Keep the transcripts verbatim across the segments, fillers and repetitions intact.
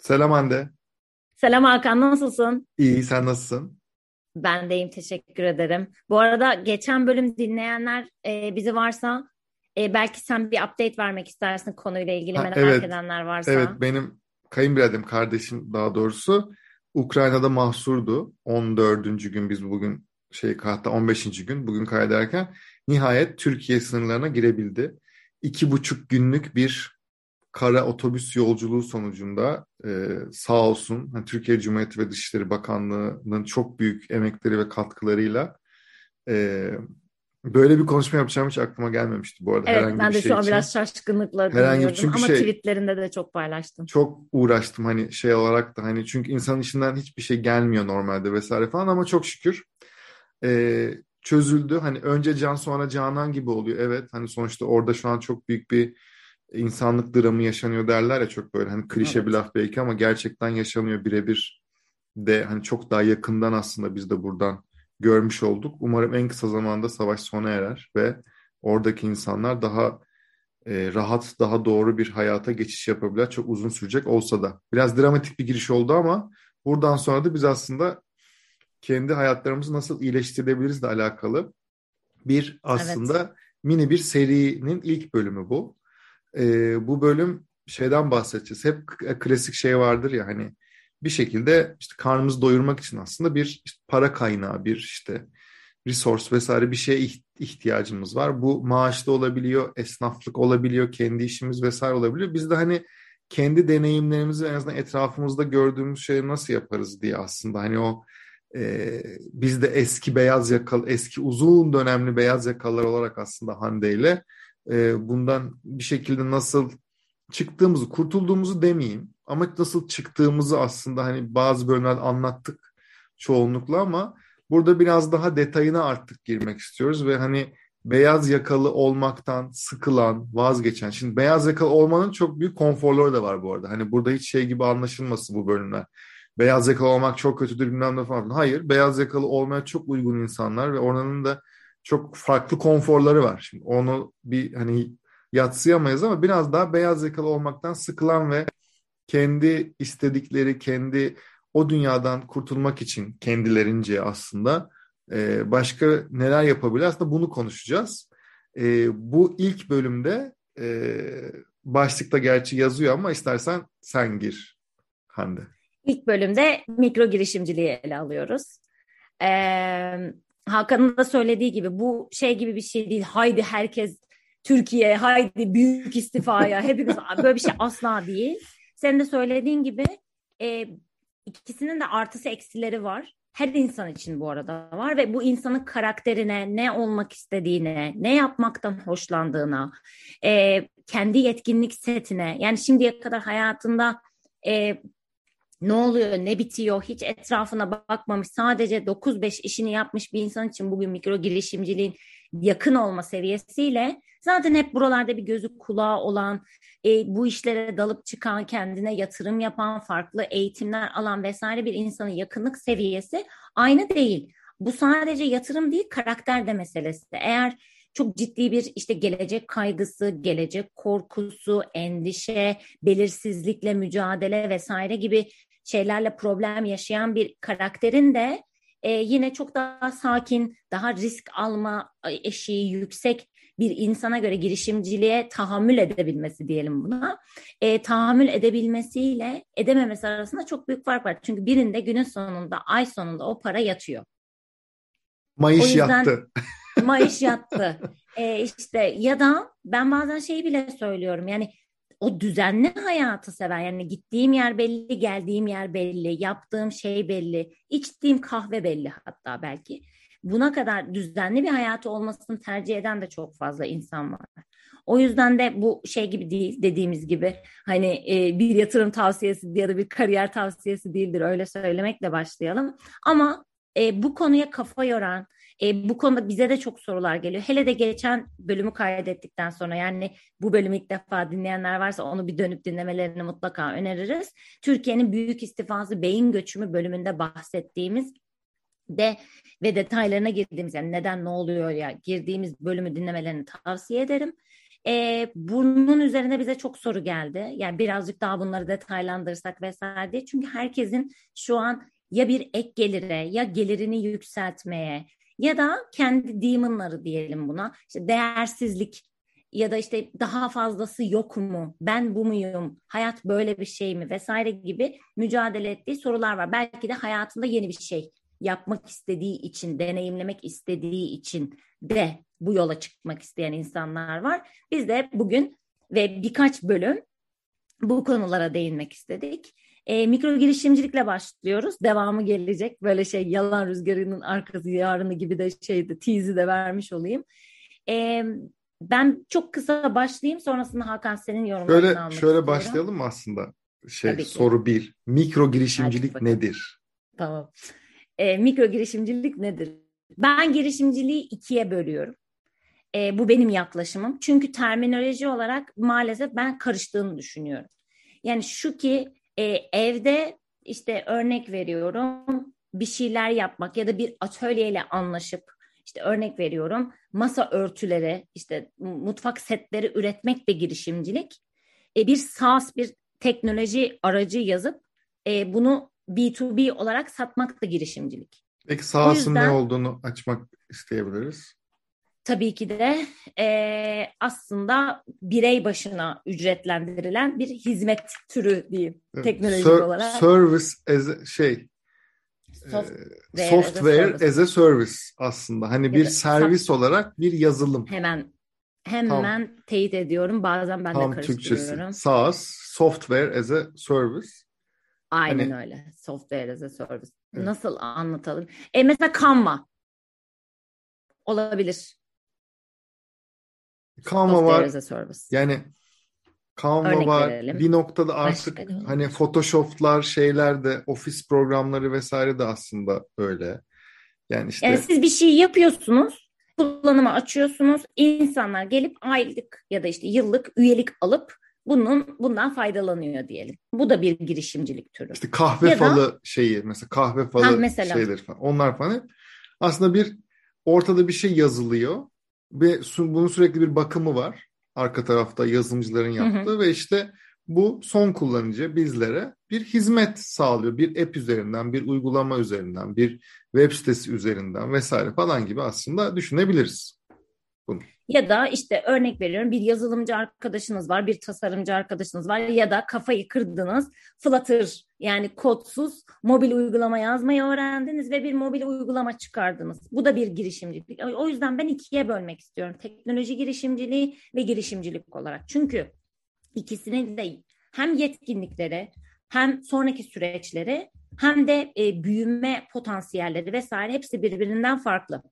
Selam Hande. Selam Hakan, nasılsın? İyi, sen nasılsın? Ben deyim, teşekkür ederim. Bu arada geçen bölüm dinleyenler e, bizi varsa e, belki sen bir update vermek istersin konuyla ilgili Ha, merak evet, edenler evet varsa. benim kayınbiraderim, kardeşim daha doğrusu Ukrayna'da mahsurdu. on dördüncü gün biz bugün şey hatta on beşinci gün bugün kaydederken nihayet Türkiye sınırlarına girebildi. İki buçuk günlük bir kara otobüs yolculuğu sonucunda e, sağ olsun hani Türkiye Cumhuriyeti ve Dışişleri Bakanlığı'nın çok büyük emekleri ve katkılarıyla e, böyle bir konuşma yapacağım hiç aklıma gelmemişti bu arada Evet, herhangi bir ben de şey şu an için. biraz şaşkınlıkla Herhangi bir dinliyordum çünkü ama şey tweetlerinde de çok paylaştın. çok uğraştım hani şey olarak da hani çünkü insanın içinden hiçbir şey gelmiyor normalde vesaire falan ama çok şükür e, çözüldü. Hani önce can sonra canan gibi oluyor. Evet hani sonuçta orada şu an çok büyük bir insanlık dramı yaşanıyor derler ya çok böyle hani klişe bir Evet. laf belki ama gerçekten yaşanıyor birebir de hani çok daha yakından aslında biz de buradan görmüş olduk. Umarım en kısa zamanda savaş sona erer ve oradaki insanlar daha e, rahat, daha doğru bir hayata geçiş yapabilir. Çok uzun sürecek olsa da. Biraz dramatik bir giriş oldu ama buradan sonra da biz aslında kendi hayatlarımızı nasıl iyileştirebiliriz de alakalı bir Evet. aslında mini bir serinin ilk bölümü bu. E, bu bölüm şeyden bahsedeceğiz. Hep k- klasik şey vardır ya hani bir şekilde işte karnımızı doyurmak için aslında bir işte para kaynağı, bir işte resource vesaire bir şeye iht- ihtiyacımız var. Bu maaşlı olabiliyor, esnaflık olabiliyor, kendi işimiz vesaire olabiliyor. Biz de hani kendi deneyimlerimizi en azından etrafımızda gördüğümüz şeyi nasıl yaparız diye aslında hani o e, biz de eski beyaz yakalı, eski uzun dönemli beyaz yakalılar olarak aslında Hande ile e, bundan bir şekilde nasıl çıktığımızı, kurtulduğumuzu demeyeyim ama nasıl çıktığımızı aslında hani bazı bölümlerde anlattık çoğunlukla ama burada biraz daha detayına artık girmek istiyoruz ve hani beyaz yakalı olmaktan sıkılan, vazgeçen. Şimdi beyaz yakalı olmanın çok büyük konforları da var bu arada. Hani burada hiç şey gibi anlaşılmasın bu bölümler. Beyaz yakalı olmak çok kötüdür bilmem ne falan. Hayır, beyaz yakalı olmaya çok uygun insanlar ve oranın da çok farklı konforları var. Şimdi onu bir hani yadsıyamayız ama biraz daha beyaz yakalı olmaktan sıkılan ve kendi istedikleri, kendi o dünyadan kurtulmak için kendilerince aslında e, başka neler yapabilir? Aslında bunu konuşacağız. E, bu ilk bölümde e, başlıkta gerçi yazıyor ama istersen sen gir Hande. İlk bölümde mikro girişimciliği ele alıyoruz. Ee, Hakan'ın da söylediği gibi bu şey gibi bir şey değil. Haydi herkes Türkiye, haydi büyük istifaya, hepimiz böyle bir şey asla değil. Senin de söylediğin gibi e, ikisinin de artısı eksileri var. Her insan için bu arada var ve bu insanın karakterine, ne olmak istediğine, ne yapmaktan hoşlandığına, e, kendi yetkinlik setine, yani şimdiye kadar hayatında e, ne oluyor, ne bitiyor, hiç etrafına bakmamış, sadece dokuz beş işini yapmış bir insan için bugün mikro girişimciliğin yakın olma seviyesiyle zaten hep buralarda bir gözü kulağı olan, e, bu işlere dalıp çıkan, kendine yatırım yapan, farklı eğitimler alan vesaire bir insanın yakınlık seviyesi aynı değil. Bu sadece yatırım değil, karakter de meselesi. Eğer çok ciddi bir işte gelecek kaygısı, gelecek korkusu, endişe, belirsizlikle mücadele vesaire gibi şeylerle problem yaşayan bir karakterin de e, yine çok daha sakin, daha risk alma eşiği yüksek bir insana göre girişimciliğe tahammül edebilmesi diyelim buna. E, tahammül edebilmesiyle edememesi arasında çok büyük fark var. Çünkü birinde günün sonunda, ay sonunda o para yatıyor. O Mayış yüzden yattı. maaş yattı. E, işte ya da ben bazen şeyi bile söylüyorum. Yani o düzenli hayatı seven, yani gittiğim yer belli, geldiğim yer belli, yaptığım şey belli, içtiğim kahve belli hatta belki. Buna kadar düzenli bir hayatı olmasını tercih eden de çok fazla insan var. O yüzden de bu şey gibi değil, dediğimiz gibi hani e, bir yatırım tavsiyesi ya da bir kariyer tavsiyesi değildir, öyle söylemekle başlayalım. Ama e, bu konuya kafa yoran, e, bu konuda bize de çok sorular geliyor. Hele de geçen bölümü kaydettikten sonra, yani bu bölümü ilk defa dinleyenler varsa onu bir dönüp dinlemelerini mutlaka öneririz. Türkiye'nin büyük istifası, beyin göçümü bölümünde bahsettiğimiz de ve detaylarına girdiğimiz, yani neden, ne oluyor ya, girdiğimiz bölümü dinlemelerini tavsiye ederim. E, bunun üzerine bize çok soru geldi. Yani birazcık daha bunları detaylandırsak vesaire diye. Çünkü herkesin şu an ya bir ek gelire ya gelirini yükseltmeye ya da kendi demonları diyelim buna. İşte değersizlik ya da işte daha fazlası yok mu? Ben bu muyum? Hayat böyle bir şey mi? Vesaire gibi mücadele ettiği sorular var. Belki de hayatında yeni bir şey yapmak istediği için, deneyimlemek istediği için de bu yola çıkmak isteyen insanlar var. Biz de bugün ve birkaç bölüm bu konulara değinmek istedik. E, mikro girişimcilikle başlıyoruz. Devamı gelecek. Böyle şey yalan rüzgarının arkası yarını gibi de şeydi. Tease'i de vermiş olayım. E, ben çok kısa başlayayım. Sonrasında Hakan senin yorumlarını Şöyle almak şöyle istiyorum. başlayalım mı aslında? Şey Tabii ki. soru bir. Mikro Hadi girişimcilik bakalım. nedir? Tamam. E, mikro girişimcilik nedir? Ben girişimciliği ikiye bölüyorum. E, bu benim yaklaşımım. Çünkü terminoloji olarak maalesef ben karıştığını düşünüyorum. Yani şu ki e, evde işte örnek veriyorum bir şeyler yapmak ya da bir atölyeyle anlaşıp işte örnek veriyorum masa örtüleri işte mutfak setleri üretmek de girişimcilik. E, bir SaaS bir teknoloji aracı yazıp e, bunu B iki B olarak satmak da girişimcilik. Peki O sahasının ne yüzden olduğunu açmak isteyebiliriz. tabii ki de e, aslında birey başına ücretlendirilen bir hizmet türü diyeyim teknolojik Ser- olarak. service as a, şey e, Software as a software service as a service aslında. Hani ya bir da sat, servis olarak bir yazılım. hemen Tam hemen teyit ediyorum. Bazen ben de tam Türkçesi. karıştırıyorum. SaaS, software as a service. Aynen Hani öyle. Software as a service. evet. Nasıl anlatalım? E mesela Canva olabilir. Canva Software var. as a service. Yani Canva Örnek var. verelim. Bir noktada artık Başka ne olabilir? hani Photoshop'lar, şeyler de, ofis programları vesaire de aslında öyle. Yani Yani işte siz bir şey yapıyorsunuz, kullanıma açıyorsunuz, insanlar gelip aylık ya da işte yıllık üyelik alıp bunun bundan faydalanıyor diyelim. Bu da bir girişimcilik türü. işte kahve Ya da falı şeyi, mesela kahve ha falı mesela şeyleri falan. Onlar falan hep aslında bir ortada bir şey yazılıyor ve su- bunun sürekli bir bakımı var. Arka tarafta yazılımcıların hı hı. yaptığı ve işte bu son kullanıcı bizlere bir hizmet sağlıyor. Bir app üzerinden, bir uygulama üzerinden, bir web sitesi üzerinden vesaire falan gibi aslında düşünebiliriz bunu. Ya da işte örnek veriyorum bir yazılımcı arkadaşınız var, bir tasarımcı arkadaşınız var ya da kafayı kırdınız, Flutter yani kodsuz mobil uygulama yazmayı öğrendiniz ve bir mobil uygulama çıkardınız. Bu da bir girişimcilik. O yüzden ben ikiye bölmek istiyorum. Teknoloji girişimciliği ve girişimcilik olarak. Çünkü ikisinin de hem yetkinlikleri hem sonraki süreçleri hem de e, büyüme potansiyelleri vesaire hepsi birbirinden farklı.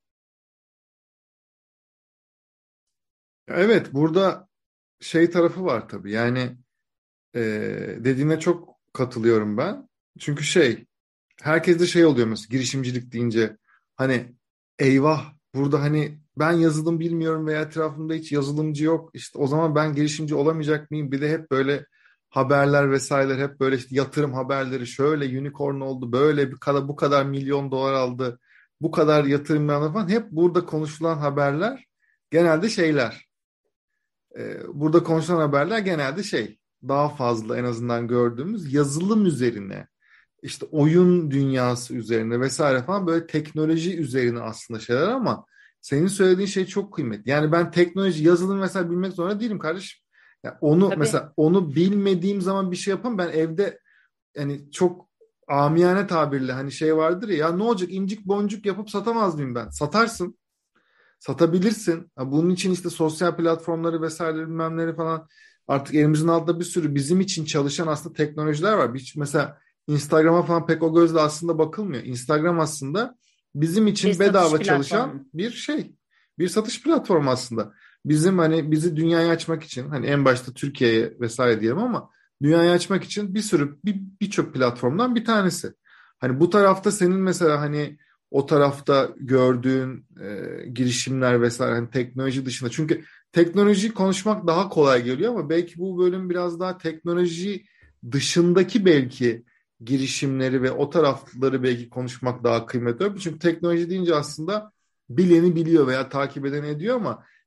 Evet, burada şey tarafı var tabii. Yani e, dediğine çok katılıyorum ben. Çünkü şey, herkeste şey oluyor mesela girişimcilik deyince hani eyvah burada hani ben yazılım bilmiyorum veya etrafımda hiç yazılımcı yok. İşte o zaman ben girişimci olamayacak mıyım? Bir de hep böyle haberler vesaireler hep böyle işte yatırım haberleri şöyle unicorn oldu böyle bir kadar bu kadar milyon dolar aldı bu kadar yatırım yaptı falan hep burada konuşulan haberler genelde şeyler. Ee, burada konuşulan haberler genelde şey daha fazla en azından gördüğümüz yazılım üzerine işte oyun dünyası üzerine vesaire falan böyle teknoloji üzerine aslında şeyler ama senin söylediğin şey çok kıymetli. Yani ben teknoloji, yazılım mesela bilmek zorunda değilim kardeşim. Yani onu Tabii. mesela onu bilmediğim zaman bir şey yapamam. Ben evde yani çok amiyane tabirle hani şey vardır ya, ya ne olacak incik boncuk yapıp satamaz mıyım ben? Satarsın. Satabilirsin. Ha, bunun için işte sosyal platformları vesaire bilmem neleri falan artık elimizin altında bir sürü bizim için çalışan aslında teknolojiler var. Hiç mesela Instagram'a falan pek o gözle aslında bakılmıyor. Instagram aslında bizim Bir için satış bedava çalışan platformu. bir şey. Bir satış platformu aslında. Bizim hani bizi dünyaya açmak için hani en başta Türkiye'ye vesaire diyelim ama dünyaya açmak için bir sürü bir birçok platformdan bir tanesi. Hani bu tarafta senin mesela hani o tarafta gördüğün e, girişimler vesaire hani teknoloji dışında. Çünkü teknoloji konuşmak daha kolay geliyor ama belki bu bölüm biraz daha teknoloji dışındaki belki girişimleri ve o tarafları belki konuşmak daha kıymetli. Çünkü teknoloji deyince aslında bileni biliyor veya takip edeni ediyor ama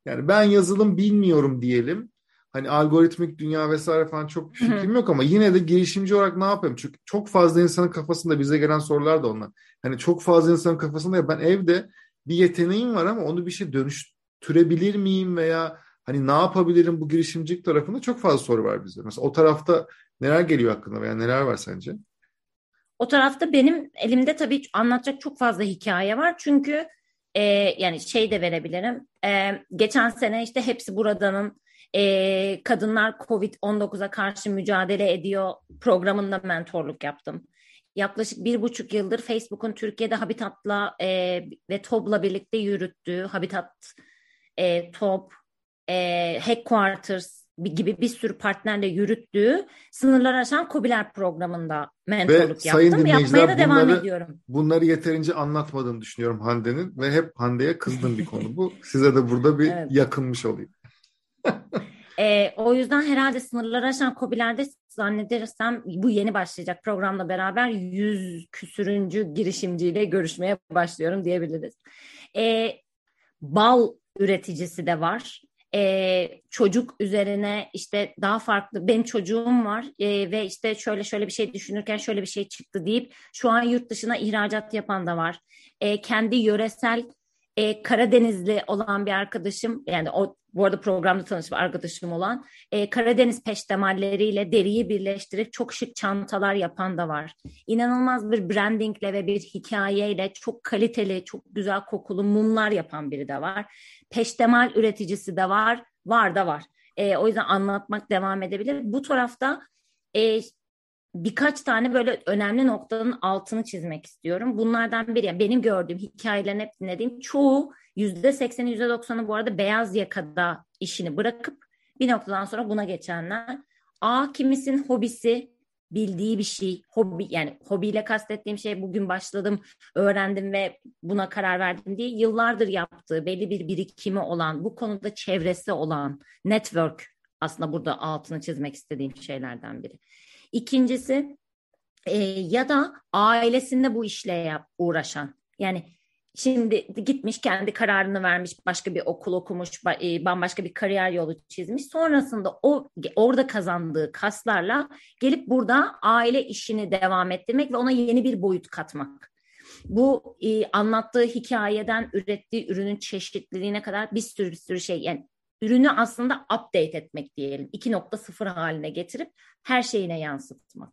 Yani ben yazılım bilmiyorum diyelim. Hani algoritmik dünya vesaire falan çok bir fikrim yok ama yine de girişimci olarak ne yapayım? Çünkü çok fazla insanın kafasında bize gelen sorular da onlar. Hani çok fazla insanın kafasında ya ben evde bir yeteneğim var ama onu bir şey dönüştürebilir miyim veya hani ne yapabilirim bu girişimcilik tarafında çok fazla soru var bize. Mesela o tarafta neler geliyor hakkında veya neler var sence? O tarafta benim elimde tabii anlatacak çok fazla hikaye var. Çünkü e, yani şey de verebilirim. E, geçen sene işte Hepsi Burada'nın e, kadınlar covid on dokuza karşı mücadele ediyor programında mentorluk yaptım. Yaklaşık bir buçuk yıldır Facebook'un Türkiye'de Habitat'la e, ve TOB'la birlikte yürüttüğü Habitat, e, TOB, e, Headquarters gibi bir sürü partnerle yürüttüğü Sınırlar Aşan KOBİ'ler programında Ve mentorluk sayın yaptım. Yapmaya dinleyiciler da devam bunları ediyorum. bunları yeterince anlatmadığını düşünüyorum Hande'nin ve hep Hande'ye kızdığım bir konu bu. Size de burada bir Evet. yakınmış olayım. E, o yüzden herhalde Sınırlar Aşan KOBİ'lerde zannedersem bu yeni başlayacak programla beraber yüz küsürüncü girişimciyle görüşmeye başlıyorum diyebiliriz. E, Bal üreticisi de var. Ee, çocuk üzerine işte daha farklı benim çocuğum var ee, ve işte şöyle şöyle bir şey düşünürken şöyle bir şey çıktı deyip şu an yurt dışına ihracat yapan da var. Ee, kendi yöresel e, Karadenizli olan bir arkadaşım, yani o bu arada programda tanışma arkadaşım olan e, Karadeniz peştemalleriyle deriyi birleştirip çok şık çantalar yapan da var. İnanılmaz bir brandingle ve bir hikayeyle çok kaliteli, çok güzel kokulu mumlar yapan biri de var. Peştemal üreticisi de var, var da var. E, o yüzden anlatmak devam edebilir. Bu tarafta e, birkaç tane böyle önemli noktanın altını çizmek istiyorum. Bunlardan biri, yani benim gördüğüm hikayelerin hep dinlediğim çoğu, yüzde sekseni yüzde doksanı bu arada beyaz yakada işini bırakıp bir noktadan sonra buna geçenler. A, kimisinin hobisi, bildiği bir şey, hobi, yani hobiyle kastettiğim şey bugün başladım, öğrendim ve buna karar verdim diye yıllardır yaptığı belli bir birikimi olan, bu konuda çevresi olan network aslında burada altını çizmek istediğim şeylerden biri. İkincisi e, ya da ailesinde bu işle yap, uğraşan. Yani şimdi gitmiş kendi kararını vermiş, başka bir okul okumuş, e, bambaşka bir kariyer yolu çizmiş. Sonrasında o orada kazandığı kaslarla gelip burada aile işini devam ettirmek ve ona yeni bir boyut katmak. Bu e, anlattığı hikayeden ürettiği ürünün çeşitliliğine kadar bir sürü bir sürü şey, yani ürünü aslında update etmek diyelim. iki nokta sıfır haline getirip her şeyine yansıtmak.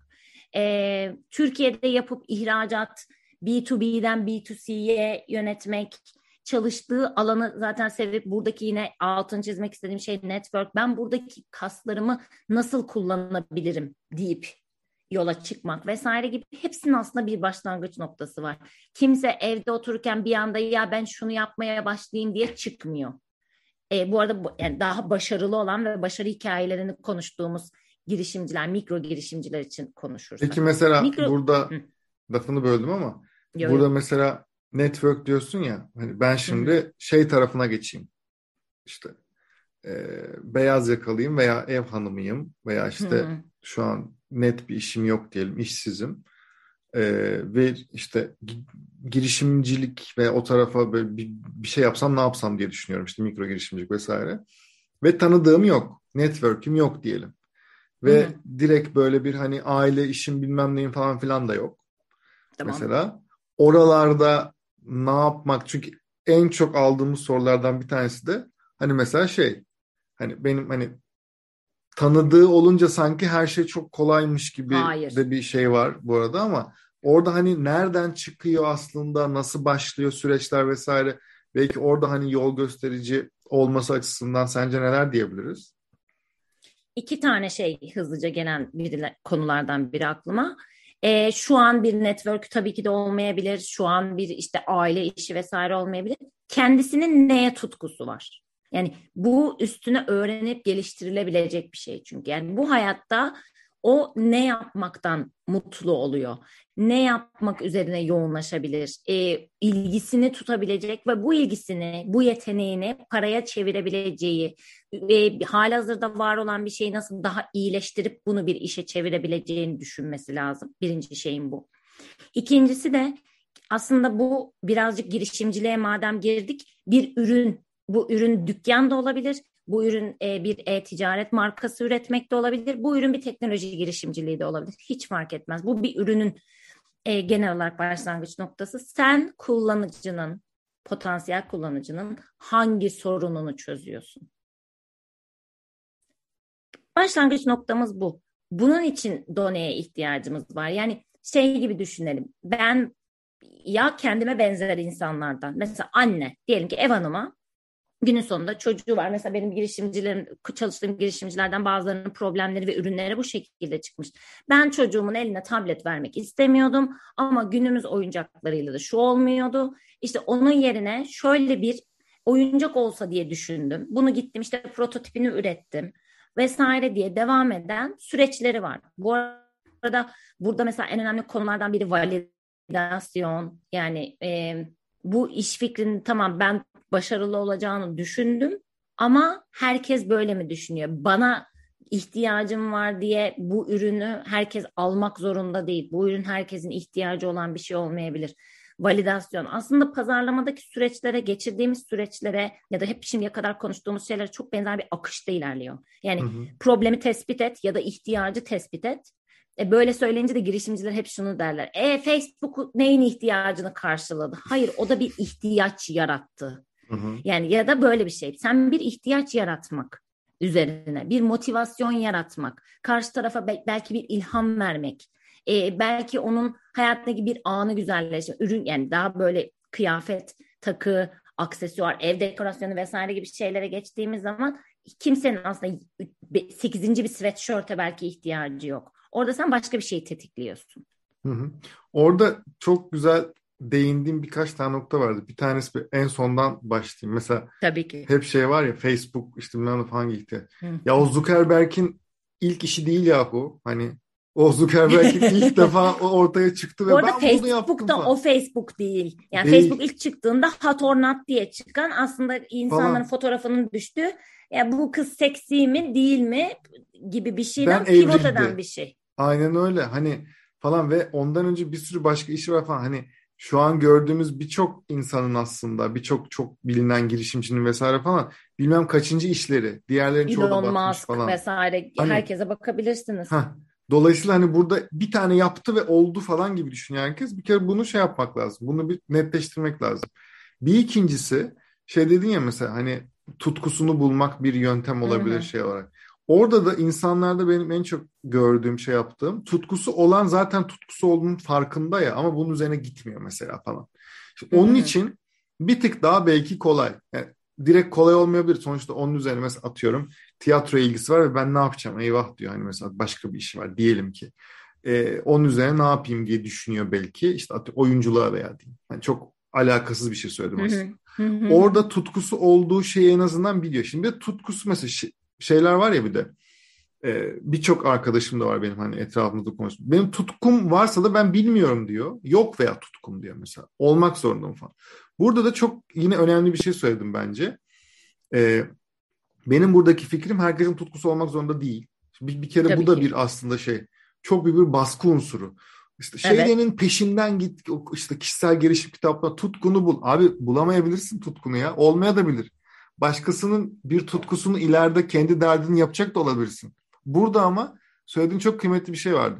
Ee, Türkiye'de yapıp ihracat, B iki B'den B iki C'ye yönetmek, çalıştığı alanı zaten sevip buradaki yine altını çizmek istediğim şey network. Ben buradaki kaslarımı nasıl kullanabilirim deyip yola çıkmak vesaire gibi, hepsinin aslında bir başlangıç noktası var. Kimse evde otururken bir anda ya ben şunu yapmaya başlayayım diye çıkmıyor. E, bu arada bu, yani daha başarılı olan ve başarı hikayelerini konuştuğumuz girişimciler, mikro girişimciler için Peki konuşursak. mesela Mikro... burada Hı, lafını böldüm ama yo burada yo. mesela network diyorsun ya hani ben Hı hı, şimdi şey tarafına geçeyim. İşte e, beyaz yakalıyım veya ev hanımıyım veya hı işte hı, şu an net bir işim yok diyelim, işsizim. E, ve işte gi- girişimcilik ve o tarafa böyle bir, bir şey yapsam ne yapsam diye düşünüyorum, işte mikro girişimcilik vesaire. Ve tanıdığım yok, network'üm yok diyelim. hı hı. Ve direkt böyle bir hani aile işim bilmem neyim falan filan da yok. Tamam. Mesela oralarda ne yapmak? Çünkü en çok aldığımız sorulardan bir tanesi de hani mesela şey, hani benim hani tanıdığı olunca sanki her şey çok kolaymış gibi Hayır. de bir şey var bu arada ama orada hani nereden çıkıyor aslında, nasıl başlıyor süreçler vesaire, belki orada hani yol gösterici olması açısından sence neler diyebiliriz? İki tane şey hızlıca gelen bir konulardan biri aklıma. Ee, şu an bir network tabii ki de olmayabilir. Şu an bir işte aile işi vesaire olmayabilir. Kendisinin neye tutkusu var? Yani bu üstüne öğrenip geliştirilebilecek bir şey çünkü. Yani bu hayatta o ne yapmaktan mutlu oluyor? Ne yapmak üzerine yoğunlaşabilir? E, ilgisini tutabilecek ve bu ilgisini, bu yeteneğini paraya çevirebileceği ve halihazırda var olan bir şeyi nasıl daha iyileştirip bunu bir işe çevirebileceğini düşünmesi lazım. Birinci şeyim bu. İkincisi de aslında bu birazcık girişimciliğe madem girdik, bir ürün Bu ürün dükkan da olabilir. Bu ürün e, bir e-ticaret markası üretmek de olabilir. Bu ürün bir teknoloji girişimciliği de olabilir. Hiç fark etmez. Bu bir ürünün e, genel olarak başlangıç noktası. Sen kullanıcının, potansiyel kullanıcının hangi sorununu çözüyorsun? Başlangıç noktamız bu. Bunun için doneye ihtiyacımız var. Yani şey gibi düşünelim. Ben ya kendime benzer insanlardan. Mesela anne, diyelim ki ev hanımı günün sonunda çocuğu var. Mesela benim girişimcilerim, çalıştığım girişimcilerden bazılarının problemleri ve ürünleri bu şekilde çıkmış. Ben çocuğumun eline tablet vermek istemiyordum ama günümüz oyuncaklarıyla da şu olmuyordu. İşte onun yerine şöyle bir oyuncak olsa diye düşündüm. Bunu gittim işte prototipini ürettim vesaire diye devam eden süreçleri var. Bu arada burada mesela en önemli konulardan biri validasyon. Yani e, bu iş fikrinin tamam ben başarılı olacağını düşündüm ama herkes böyle mi düşünüyor? Bana ihtiyacım var diye bu ürünü herkes almak zorunda değil. Bu ürün herkesin ihtiyacı olan bir şey olmayabilir. Validasyon aslında pazarlamadaki süreçlere, geçirdiğimiz süreçlere ya da hep şimdiye kadar konuştuğumuz şeylere çok benzer bir akışta ilerliyor. Yani hı hı. Problemi tespit et ya da ihtiyacı tespit et. E böyle söyleyince de girişimciler hep şunu derler. E Facebook neyin ihtiyacını karşıladı? Hayır, o da bir ihtiyaç yarattı. Hı hı. Yani ya da böyle bir şey. Sen bir ihtiyaç yaratmak üzerine, bir motivasyon yaratmak, karşı tarafa be- belki bir ilham vermek, e, belki onun hayatındaki bir anı güzelleştirmek, ürün yani daha böyle kıyafet, takı, aksesuar, ev dekorasyonu vesaire gibi şeylere geçtiğimiz zaman kimsenin aslında sekizinci bir sweatshirt'e belki ihtiyacı yok. Orada sen başka bir şeyi tetikliyorsun. Hı hı. Orada çok güzel değindiğim birkaç tane nokta vardı. Bir tanesi en sondan başlayayım. Mesela tabii ki. Hep şey var ya Facebook işte bilmem hangi ihtiyaç. Ya o Zuckerberg'in ilk işi değil ya bu. Hani o Zuckerberg'in ilk defa ortaya çıktı ve ben bunu yaptım falan. O Facebook değil. Yani değil. Facebook ilk çıktığında Hot or Not diye çıkan aslında insanların falan. Fotoğrafının düştüğü ya bu kız seksi mi değil mi gibi bir şeyden ben pivot evrildi. Eden bir şey. Aynen öyle hani falan ve ondan önce bir sürü başka işi var falan hani şu an gördüğümüz birçok insanın aslında birçok çok bilinen girişimcinin vesaire falan bilmem kaçıncı işleri diğerlerinin çoğu da batmış Musk falan. vesaire hani, herkese bakabilirsiniz. Heh, dolayısıyla hani burada bir tane yaptı ve oldu falan gibi düşünüyor herkes. Bir kere bunu şey yapmak lazım. Bunu bir netleştirmek lazım. Bir ikincisi şey dedin ya mesela hani tutkusunu bulmak bir yöntem olabilir Hı-hı. şey olarak. Orada da insanlarda benim en çok gördüğüm şey yaptığım tutkusu olan zaten tutkusu olduğunun farkında ya ama bunun üzerine gitmiyor mesela falan. Şimdi onun için bir tık daha belki kolay. Yani direkt kolay olmayabilir. Sonuçta onun üzerine mesela atıyorum tiyatro ilgisi var ve ben ne yapacağım? Eyvah diyor hani mesela başka bir işi var diyelim ki. Ee, onun üzerine ne yapayım diye düşünüyor belki. İşte oyunculuğa veya diyeyim. Yani çok alakasız bir şey söyledim aslında. Orada tutkusu olduğu şeyi en azından biliyor. Şimdi de tutkusu mesela şeyler var ya bir de e, birçok arkadaşım da var benim hani etrafımızda konuşuyor. Benim tutkum varsa da ben bilmiyorum diyor. Yok veya tutkum diyor mesela. Olmak zorundayım falan. Burada da çok yine önemli bir şey söyledim bence. E, benim buradaki fikrim herkesin tutkusu olmak zorunda değil. Bir, bir kere Tabii bu da ki. bir aslında şey çok büyük bir baskı unsuru. İşte şeylerin evet. peşinden git işte kişisel gelişim kitaplarına tutkunu bul. Abi bulamayabilirsin tutkunu ya. Olmayabilir. Başkasının bir tutkusunu ileride kendi derdini yapacak da olabilirsin. Burada ama söylediğin çok kıymetli bir şey vardı.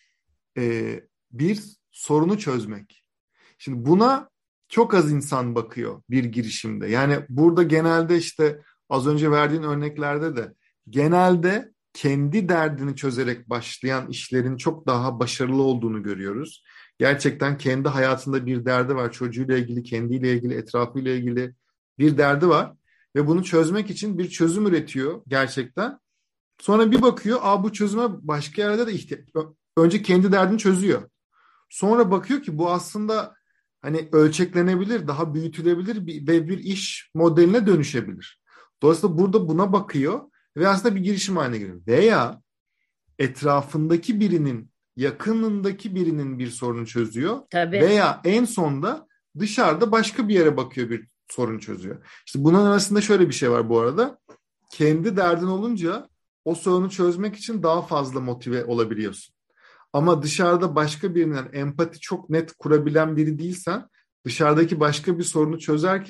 Ee, bir sorunu çözmek. Şimdi buna çok az insan bakıyor bir girişimde. Yani burada genelde işte az önce verdiğin örneklerde de genelde kendi derdini çözerek başlayan işlerin çok daha başarılı olduğunu görüyoruz. Gerçekten kendi hayatında bir derdi var. Çocuğuyla ilgili, kendiyle ilgili, etrafıyla ilgili bir derdi var. Ve bunu çözmek için bir çözüm üretiyor gerçekten. Sonra bir bakıyor, aa bu çözüme başka yerde de ihtiyaç. Önce kendi derdini çözüyor. Sonra bakıyor ki bu aslında hani ölçeklenebilir, daha büyütülebilir bir, ve bir iş modeline dönüşebilir. Dolayısıyla burada buna bakıyor ve aslında bir girişim haline geliyor. Veya etrafındaki birinin, yakınındaki birinin bir sorunu çözüyor. Tabii. Veya en sonda dışarıda başka bir yere bakıyor bir sorun çözüyor. İşte bunun arasında şöyle bir şey var bu arada. Kendi derdin olunca o sorunu çözmek için daha fazla motive olabiliyorsun. Ama dışarıda başka birinden empati çok net kurabilen biri değilsen dışarıdaki başka bir sorunu çözerken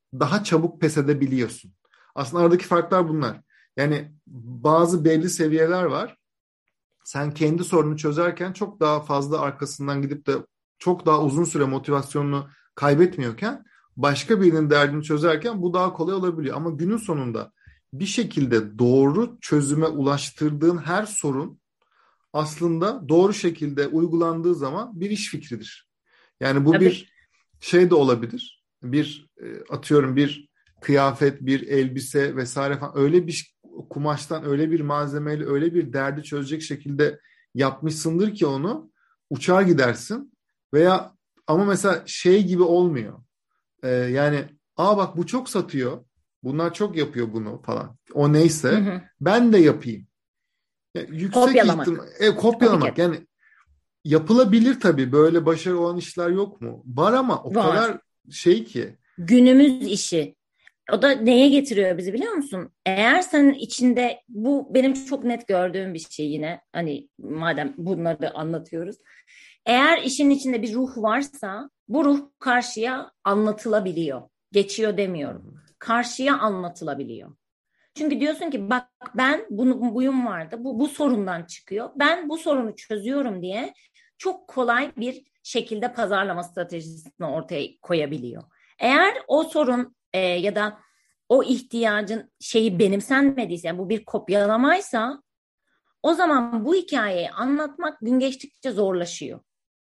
daha çabuk pes edebiliyorsun. Aslında aradaki farklar bunlar. Yani bazı belli seviyeler var. Sen kendi sorunu çözerken çok daha fazla arkasından gidip de çok daha uzun süre motivasyonunu kaybetmiyorken başka birinin derdini çözerken bu daha kolay olabiliyor. Ama günün sonunda bir şekilde doğru çözüme ulaştırdığın her sorun aslında doğru şekilde uygulandığı zaman bir iş fikridir. Yani bu Tabii. bir şey de olabilir. Bir atıyorum bir kıyafet, bir elbise vesaire falan öyle bir kumaştan, öyle bir malzemeyle, öyle bir derdi çözecek şekilde yapmışsındır ki onu uçar gidersin. Veya ama mesela şey gibi olmuyor. Ee, yani aa bak bu çok satıyor. Bunlar çok yapıyor bunu falan. O neyse Hı hı. ben de yapayım. Yani yüksek Kopyalamak. ihtimal e, kopyalamak Copycat. yani yapılabilir tabii. Böyle başarı olan işler yok mu? Var ama o Var. kadar şey ki. Günümüz işi. O da neye getiriyor bizi biliyor musun? Eğer senin içinde bu benim çok net gördüğüm bir şey yine. Hani madem bunları anlatıyoruz. Eğer işin içinde bir ruh varsa bu ruh karşıya anlatılabiliyor. Geçiyor demiyorum. Karşıya anlatılabiliyor. Çünkü diyorsun ki bak ben bunu buyum vardı. Bu bu sorundan çıkıyor. Ben bu sorunu çözüyorum diye çok kolay bir şekilde pazarlama stratejisini ortaya koyabiliyor. Eğer o sorun e, ya da o ihtiyacın şeyi benimsenmediyse, yani bu bir kopyalamaysa o zaman bu hikayeyi anlatmak gün geçtikçe zorlaşıyor.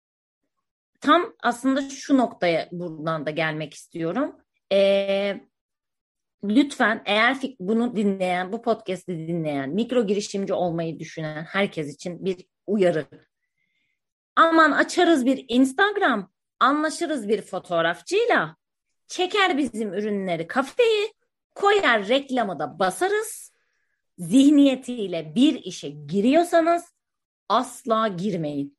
Tam aslında şu noktaya buradan da gelmek istiyorum. Eee Lütfen eğer bunu dinleyen, bu podcast'i dinleyen, mikro girişimci olmayı düşünen herkes için bir uyarı. Aman açarız bir Instagram, anlaşırız bir fotoğrafçıyla, çeker bizim ürünleri kafeyi, koyar reklamı da basarız. Zihniyetiyle bir işe giriyorsanız asla girmeyin.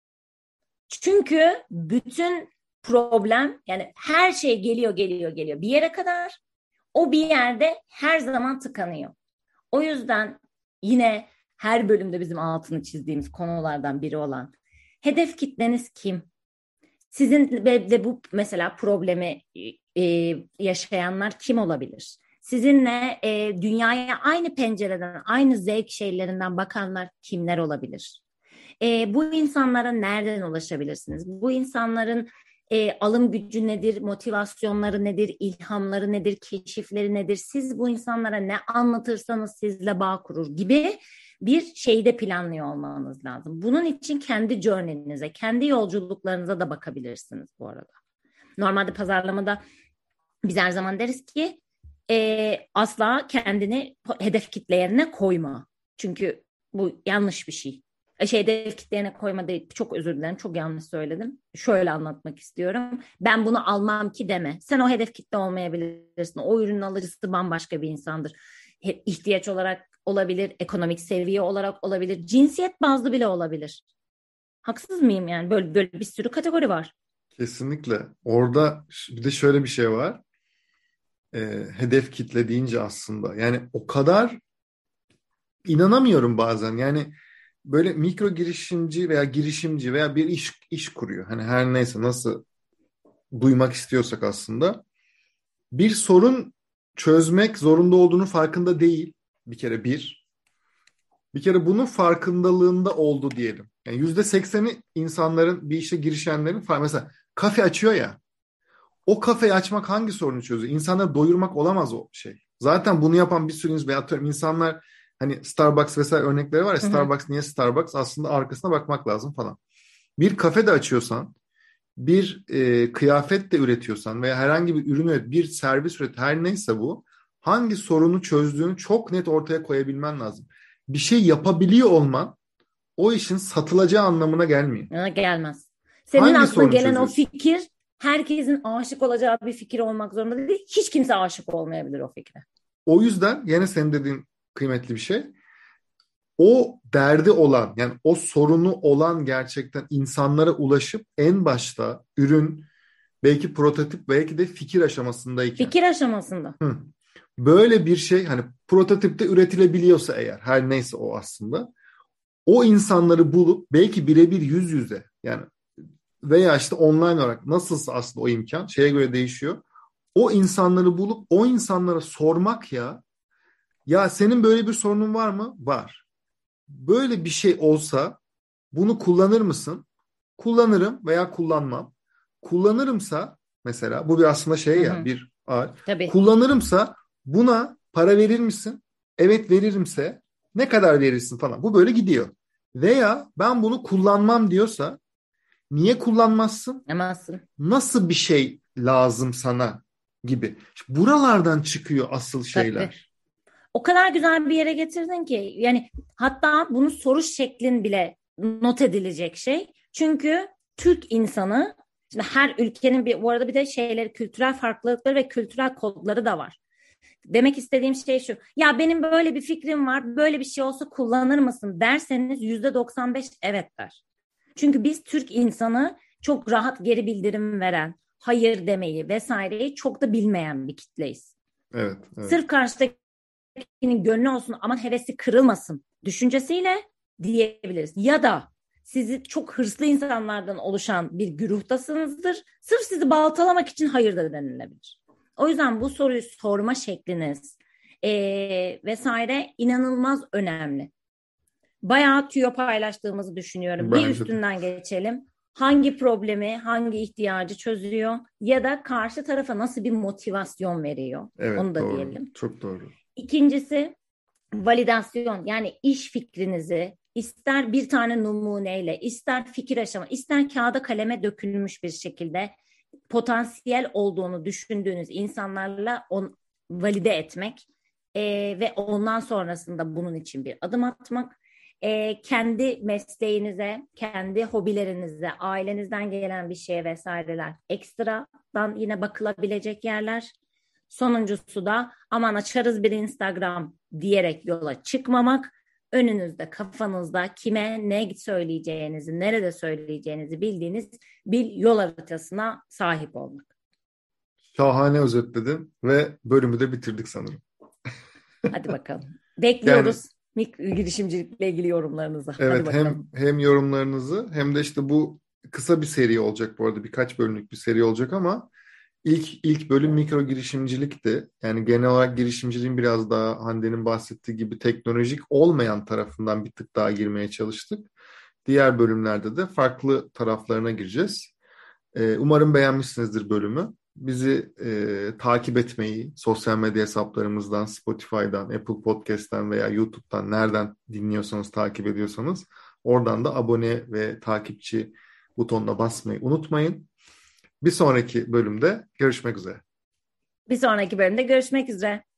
Çünkü bütün problem, yani her şey geliyor geliyor geliyor bir yere kadar. O bir yerde her zaman tıkanıyor. O yüzden yine her bölümde bizim altını çizdiğimiz konulardan biri olan hedef kitleniz kim? Sizin de bu mesela problemi e, yaşayanlar kim olabilir? Sizinle e, dünyaya aynı pencereden, aynı zevk şeylerinden bakanlar kimler olabilir? E, bu insanlara nereden ulaşabilirsiniz? Bu insanların e, alım gücü nedir, motivasyonları nedir, ilhamları nedir, keşifleri nedir? Siz bu insanlara ne anlatırsanız sizle bağ kurur gibi bir şeyi de planlıyor olmanız lazım. Bunun için kendi journey'nize, kendi yolculuklarınıza da bakabilirsiniz bu arada. Normalde pazarlamada biz her zaman deriz ki e, asla kendini hedef kitle yerine koyma. Çünkü bu yanlış bir şey. Şey hedef kitlerine koyma değil. Çok özür dilerim. Çok yanlış söyledim. Şöyle anlatmak istiyorum. Ben bunu almam ki deme. Sen o hedef kitle olmayabilirsin. O ürünün alıcısı bambaşka bir insandır. İhtiyaç olarak olabilir. Ekonomik seviye olarak olabilir. Cinsiyet bazlı bile olabilir. Haksız mıyım yani? Böyle, böyle bir sürü kategori var. Kesinlikle. Orada bir de şöyle bir şey var. E, hedef kitle deyince aslında. Yani o kadar inanamıyorum bazen. Yani böyle mikro girişimci veya girişimci veya bir iş iş kuruyor. Hani her neyse nasıl duymak istiyorsak aslında. Bir sorun çözmek zorunda olduğunu farkında değil. Bir kere bir. Bir kere bunun farkındalığında oldu diyelim. Yani yüzde sekseni insanların bir işe girişenlerin mesela kafe açıyor ya. O kafeyi açmak hangi sorunu çözüyor? İnsanları doyurmak olamaz o şey. Zaten bunu yapan bir sürü insan, atıyorum insanlar hani Starbucks vesaire örnekleri var ya, Hı hı. Starbucks niye Starbucks? Aslında arkasına bakmak lazım falan. Bir kafe de açıyorsan, bir e, kıyafet de üretiyorsan veya herhangi bir ürün üret, bir servis üret, her neyse bu, hangi sorunu çözdüğünü çok net ortaya koyabilmen lazım. Bir şey yapabiliyor olman o işin satılacağı anlamına gelmiyor. Yana gelmez. Senin Hangi aklına sorunu gelen o çözüyorsun? fikir herkesin aşık olacağı bir fikir olmak zorunda değil. Hiç kimse aşık olmayabilir o fikre. O yüzden yine senin dediğin kıymetli bir şey. O derdi olan, yani o sorunu olan gerçekten insanlara ulaşıp en başta ürün, belki prototip, belki de fikir aşamasındayken. Fikir aşamasında. Hı. Böyle bir şey hani prototipte üretilebiliyorsa eğer, her neyse o aslında, o insanları bulup belki birebir yüz yüze, yani veya işte online olarak nasılsa aslında o imkan şeye göre değişiyor. o insanları bulup o insanlara sormak ya. Ya senin böyle bir sorunun var mı? Var. Böyle bir şey olsa bunu kullanır mısın? Kullanırım veya kullanmam. Kullanırımsa mesela bu bir aslında şey Hı ya hı. bir ağır. Tabii. Kullanırımsa buna para verir misin? Evet veririmse ne kadar verirsin falan. Bu böyle gidiyor. Veya ben bunu kullanmam diyorsa niye kullanmazsın? Yemezsin. Nasıl bir şey lazım sana gibi. İşte buralardan çıkıyor asıl Tabii. şeyler. O kadar güzel bir yere getirdin ki yani hatta bunu soru şeklin bile not edilecek şey. Çünkü Türk insanı şimdi her ülkenin bir bu arada bir de şeyleri kültürel farklılıkları ve kültürel kodları da var. Demek istediğim şey şu. Ya benim böyle bir fikrim var. Böyle bir şey olsa kullanır mısın derseniz yüzde doksan beş evet der. Çünkü biz Türk insanı çok rahat geri bildirim veren, hayır demeyi vesaireyi çok da bilmeyen bir kitleyiz. Evet, evet. Sırf karşıdakinin gönlü olsun aman hevesi kırılmasın düşüncesiyle diyebiliriz. Ya da sizi çok hırslı insanlardan oluşan bir güruhtasınızdır. Sırf sizi baltalamak için hayır da denilebilir. O yüzden bu soruyu sorma şekliniz e, vesaire inanılmaz önemli. Bayağı tüyo paylaştığımızı düşünüyorum. Bir Bence de. üstünden geçelim. Hangi problemi, hangi ihtiyacı çözüyor ya da karşı tarafa nasıl bir motivasyon veriyor? Onu Evet, da doğru. diyelim. Çok doğru. İkincisi validasyon, yani iş fikrinizi ister bir tane numuneyle, ister fikir aşama, ister kağıda kaleme dökülmüş bir şekilde potansiyel olduğunu düşündüğünüz insanlarla on, valide etmek e, ve ondan sonrasında bunun için bir adım atmak. E, kendi mesleğinize, kendi hobilerinize, ailenizden gelen bir şeye vesaireler ekstradan yine bakılabilecek yerler. Sonuncusu da aman açarız bir Instagram diyerek yola çıkmamak. Önünüzde, kafanızda kime ne söyleyeceğinizi, nerede söyleyeceğinizi bildiğiniz bir yol haritasına sahip olmak. Şahane özetledin ve bölümü de bitirdik sanırım. Hadi bakalım. Yani Bekliyoruz mikro girişimcilikle ilgili yorumlarınızı. Hadi evet, hem bakalım. hem yorumlarınızı hem de işte bu kısa bir seri olacak bu arada, birkaç bölümlük bir seri olacak ama ilk ilk bölüm mikro girişimcilikti. Yani genel olarak girişimciliğin biraz daha Hande'nin bahsettiği gibi teknolojik olmayan tarafından bir tık daha girmeye çalıştık. Diğer bölümlerde de farklı taraflarına gireceğiz. Ee, umarım beğenmişsinizdir bölümü. Bizi e, takip etmeyi sosyal medya hesaplarımızdan, Spotify'dan, Apple Podcast'ten veya YouTube'dan nereden dinliyorsanız, takip ediyorsanız oradan da abone ve takipçi butonuna basmayı unutmayın. Bir sonraki bölümde görüşmek üzere. Bir sonraki bölümde görüşmek üzere.